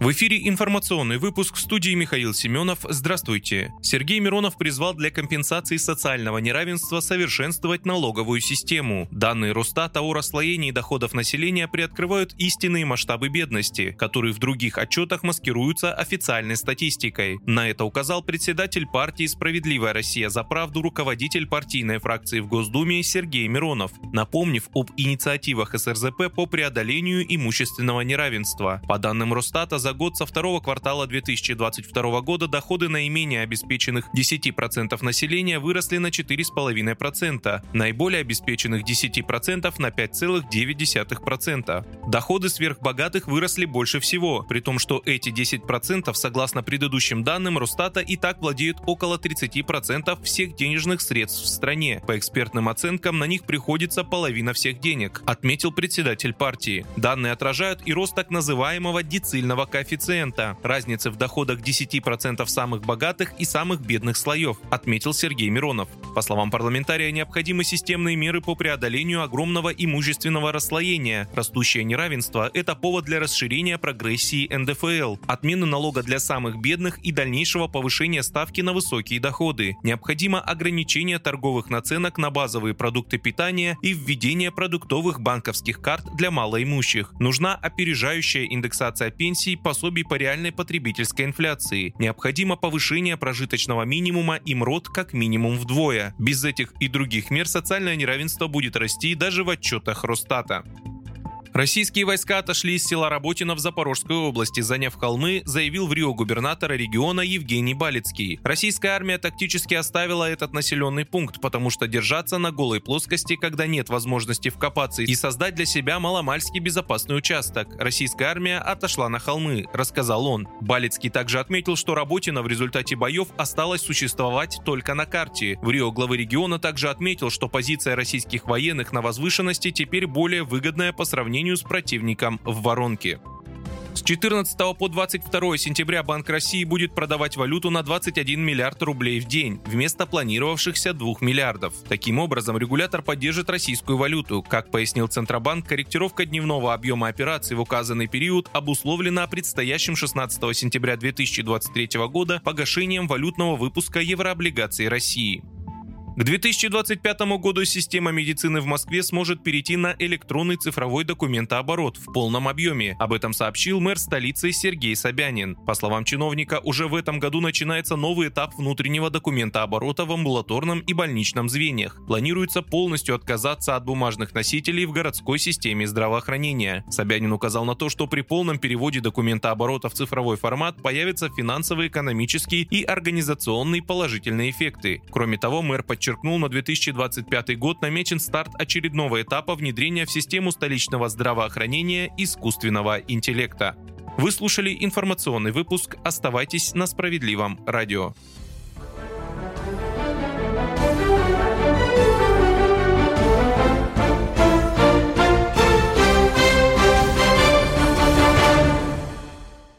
В эфире информационный выпуск, в студии Михаил Семенов. Здравствуйте. Сергей Миронов призвал для компенсации социального неравенства совершенствовать налоговую систему. Данные Росстата о расслоении доходов населения приоткрывают истинные масштабы бедности, которые в других отчетах маскируются официальной статистикой. На это указал председатель партии «Справедливая Россия за правду», руководитель партийной фракции в Госдуме Сергей Миронов, напомнив об инициативах СРЗП по преодолению имущественного неравенства. По данным Росстата, за год со второго квартала 2022 года доходы наименее обеспеченных 10% населения выросли на 4,5%, наиболее обеспеченных 10% на 5,9%. Доходы сверхбогатых выросли больше всего, при том, что эти 10%, согласно предыдущим данным Росстата, и так владеют около 30% всех денежных средств в стране. По экспертным оценкам, на них приходится половина всех денег, отметил председатель партии. Данные отражают и рост так называемого децильного коэффициента, разницы в доходах 10% самых богатых и самых бедных слоев, отметил Сергей Миронов. По словам парламентария, необходимы системные меры по преодолению огромного имущественного расслоения. Растущее неравенство – это повод для расширения прогрессии НДФЛ, отмены налога для самых бедных и дальнейшего повышения ставки на высокие доходы. Необходимо ограничение торговых наценок на базовые продукты питания и введение продуктовых банковских карт для малоимущих. Нужна опережающая индексация пенсий, пособий по реальной потребительской инфляции. Необходимо повышение прожиточного минимума и МРОТ как минимум вдвое. Без этих и других мер социальное неравенство будет расти даже в отчетах Росстата. Российские войска отошли из села Работино в Запорожской области, заняв холмы, заявил в Рио губернатор региона Евгений Балицкий. Российская армия тактически оставила этот населенный пункт, потому что держаться на голой плоскости, когда нет возможности вкопаться и создать для себя маломальски безопасный участок. Российская армия отошла на холмы, рассказал он. Балицкий также отметил, что Работино в результате боев осталось существовать только на карте. В Рио главы региона также отметил, что позиция российских военных на возвышенности теперь более выгодная по сравнению с противником в воронке. С 14 по 22 сентября Банк России будет продавать валюту на 21 миллиард рублей в день, вместо планировавшихся 2 миллиардов. Таким образом, регулятор поддержит российскую валюту. Как пояснил Центробанк, корректировка дневного объема операций в указанный период обусловлена предстоящим 16 сентября 2023 года погашением валютного выпуска еврооблигаций России. К 2025 году система медицины в Москве сможет перейти на электронный цифровой документооборот в полном объеме. Об этом сообщил мэр столицы Сергей Собянин. По словам чиновника, уже в этом году начинается новый этап внутреннего документооборота в амбулаторном и больничном звеньях. Планируется полностью отказаться от бумажных носителей в городской системе здравоохранения. Собянин указал на то, что при полном переводе документооборота в цифровой формат появятся финансово-экономические и организационные положительные эффекты. Кроме того, мэр подчеркнул, на 2025 год намечен старт очередного этапа внедрения в систему столичного здравоохранения искусственного интеллекта. Вы слушали информационный выпуск. Оставайтесь на Справедливом радио.